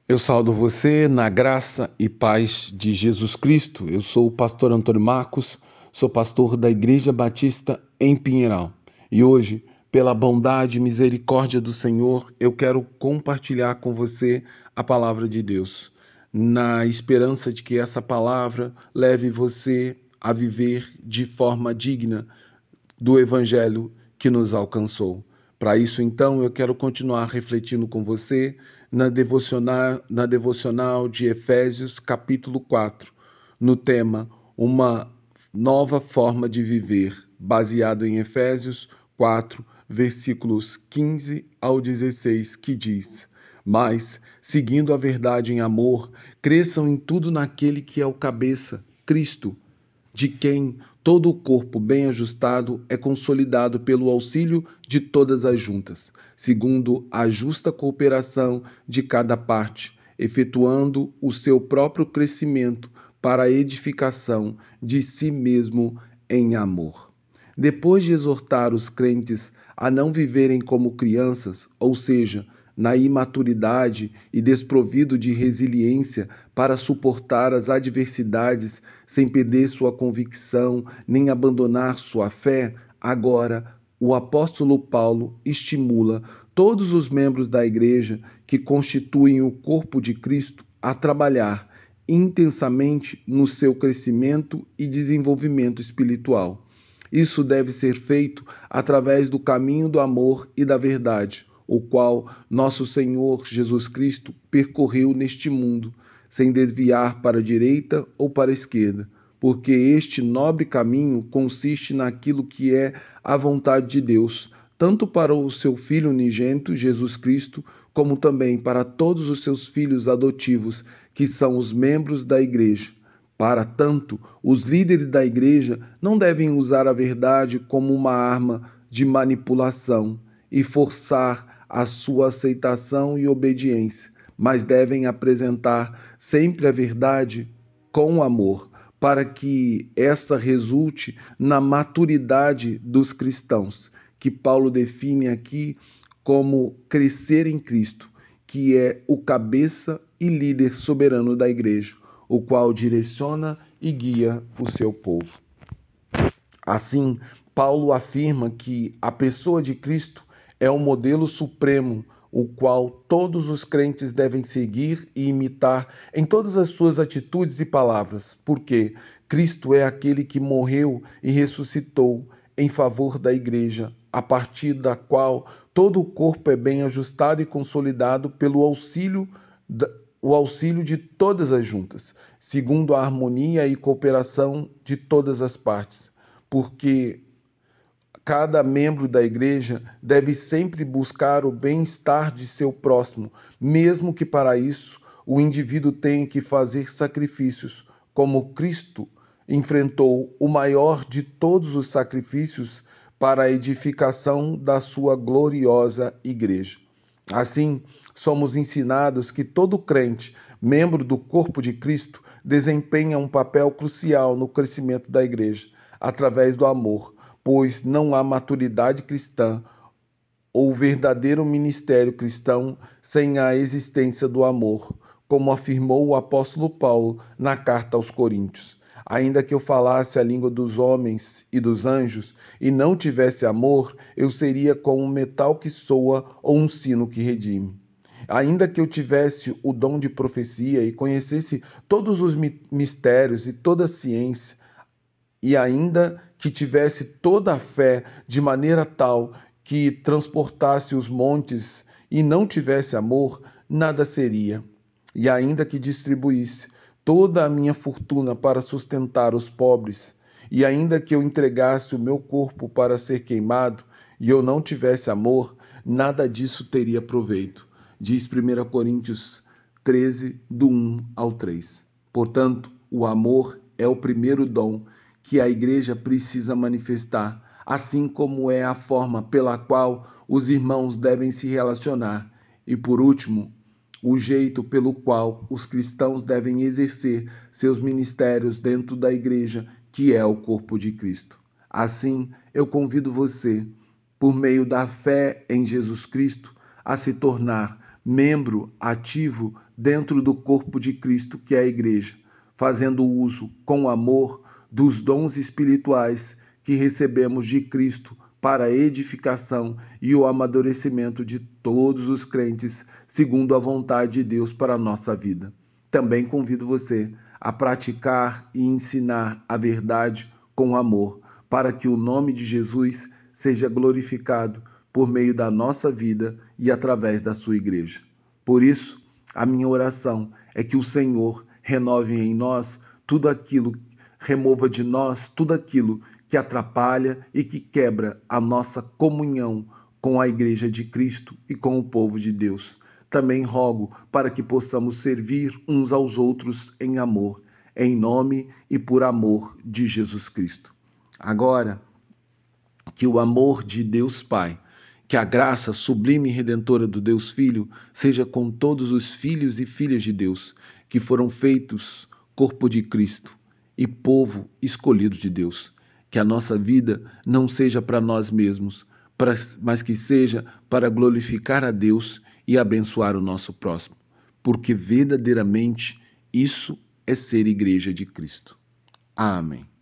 Eu saúdo você na graça e paz de Jesus Cristo. Eu sou o pastor Antônio Marcos, sou pastor da Igreja Batista em Pinheiral. E hoje, pela bondade e misericórdia do Senhor, eu quero compartilhar com você a palavra de Deus, na esperança de que essa palavra leve você a viver de forma digna do Evangelho que nos alcançou. Para isso, então, eu quero continuar refletindo com você na devocional de Efésios, capítulo 4, no tema Uma Nova Forma de Viver, baseado em Efésios 4, versículos 15 ao 16, que diz: Mas, seguindo a verdade em amor, cresçam em tudo naquele que é o cabeça, Cristo, de quem todo o corpo bem ajustado é consolidado pelo auxílio de todas as juntas, segundo a justa cooperação de cada parte, efetuando o seu próprio crescimento para a edificação de si mesmo em amor. Depois de exortar os crentes a não viverem como crianças, ou seja, na imaturidade e desprovido de resiliência para suportar as adversidades sem perder sua convicção nem abandonar sua fé, agora o apóstolo Paulo estimula todos os membros da igreja que constituem o corpo de Cristo a trabalhar intensamente no seu crescimento e desenvolvimento espiritual. Isso deve ser feito através do caminho do amor e da verdade, o qual nosso Senhor Jesus Cristo percorreu neste mundo, sem desviar para a direita ou para a esquerda, porque este nobre caminho consiste naquilo que é a vontade de Deus, tanto para o seu Filho unigênito, Jesus Cristo, como também para todos os seus filhos adotivos, que são os membros da Igreja. Para tanto, os líderes da igreja não devem usar a verdade como uma arma de manipulação e forçar a sua aceitação e obediência, mas devem apresentar sempre a verdade com amor, para que essa resulte na maturidade dos cristãos, que Paulo define aqui como crescer em Cristo, que é o cabeça e líder soberano da igreja, o qual direciona e guia o seu povo. Assim, Paulo afirma que a pessoa de Cristo é o modelo supremo, o qual todos os crentes devem seguir e imitar em todas as suas atitudes e palavras, porque Cristo é aquele que morreu e ressuscitou em favor da igreja, a partir da qual todo o corpo é bem ajustado e consolidado pelo auxílio de todas as juntas, segundo a harmonia e cooperação de todas as partes, porque cada membro da igreja deve sempre buscar o bem-estar de seu próximo, mesmo que para isso o indivíduo tenha que fazer sacrifícios, como Cristo enfrentou o maior de todos os sacrifícios para a edificação da sua gloriosa igreja. Assim, somos ensinados que todo crente, membro do corpo de Cristo, desempenha um papel crucial no crescimento da igreja, através do amor, pois não há maturidade cristã ou verdadeiro ministério cristão sem a existência do amor, como afirmou o apóstolo Paulo na carta aos Coríntios. Ainda que eu falasse a língua dos homens e dos anjos e não tivesse amor, eu seria como um metal que soa ou um sino que redime. Ainda que eu tivesse o dom de profecia e conhecesse todos os mistérios e toda a ciência, e ainda que tivesse toda a fé de maneira tal que transportasse os montes e não tivesse amor, nada seria. E ainda que distribuísse toda a minha fortuna para sustentar os pobres, e ainda que eu entregasse o meu corpo para ser queimado, e eu não tivesse amor, nada disso teria proveito. Diz 1 Coríntios 13, do 1 ao 3. Portanto, o amor é o primeiro dom que a igreja precisa manifestar, assim como é a forma pela qual os irmãos devem se relacionar. E por último, o jeito pelo qual os cristãos devem exercer seus ministérios dentro da igreja, que é o corpo de Cristo. Assim, eu convido você, por meio da fé em Jesus Cristo, a se tornar membro ativo dentro do corpo de Cristo, que é a Igreja, fazendo uso com amor dos dons espirituais que recebemos de Cristo para a edificação e o amadurecimento de todos os crentes, segundo a vontade de Deus para a nossa vida. Também convido você a praticar e ensinar a verdade com amor, para que o nome de Jesus seja glorificado por meio da nossa vida e através da sua igreja. Por isso, a minha oração é que o Senhor renove em nós tudo aquilo, remova de nós tudo aquilo que atrapalha e que quebra a nossa comunhão com a Igreja de Cristo e com o povo de Deus. Também rogo para que possamos servir uns aos outros em amor, em nome e por amor de Jesus Cristo. Agora, que o amor de Deus Pai, que a graça sublime e redentora do Deus Filho seja com todos os filhos e filhas de Deus, que foram feitos corpo de Cristo e povo escolhido de Deus. Que a nossa vida não seja para nós mesmos, mas que seja para glorificar a Deus e abençoar o nosso próximo, porque verdadeiramente isso é ser igreja de Cristo. Amém.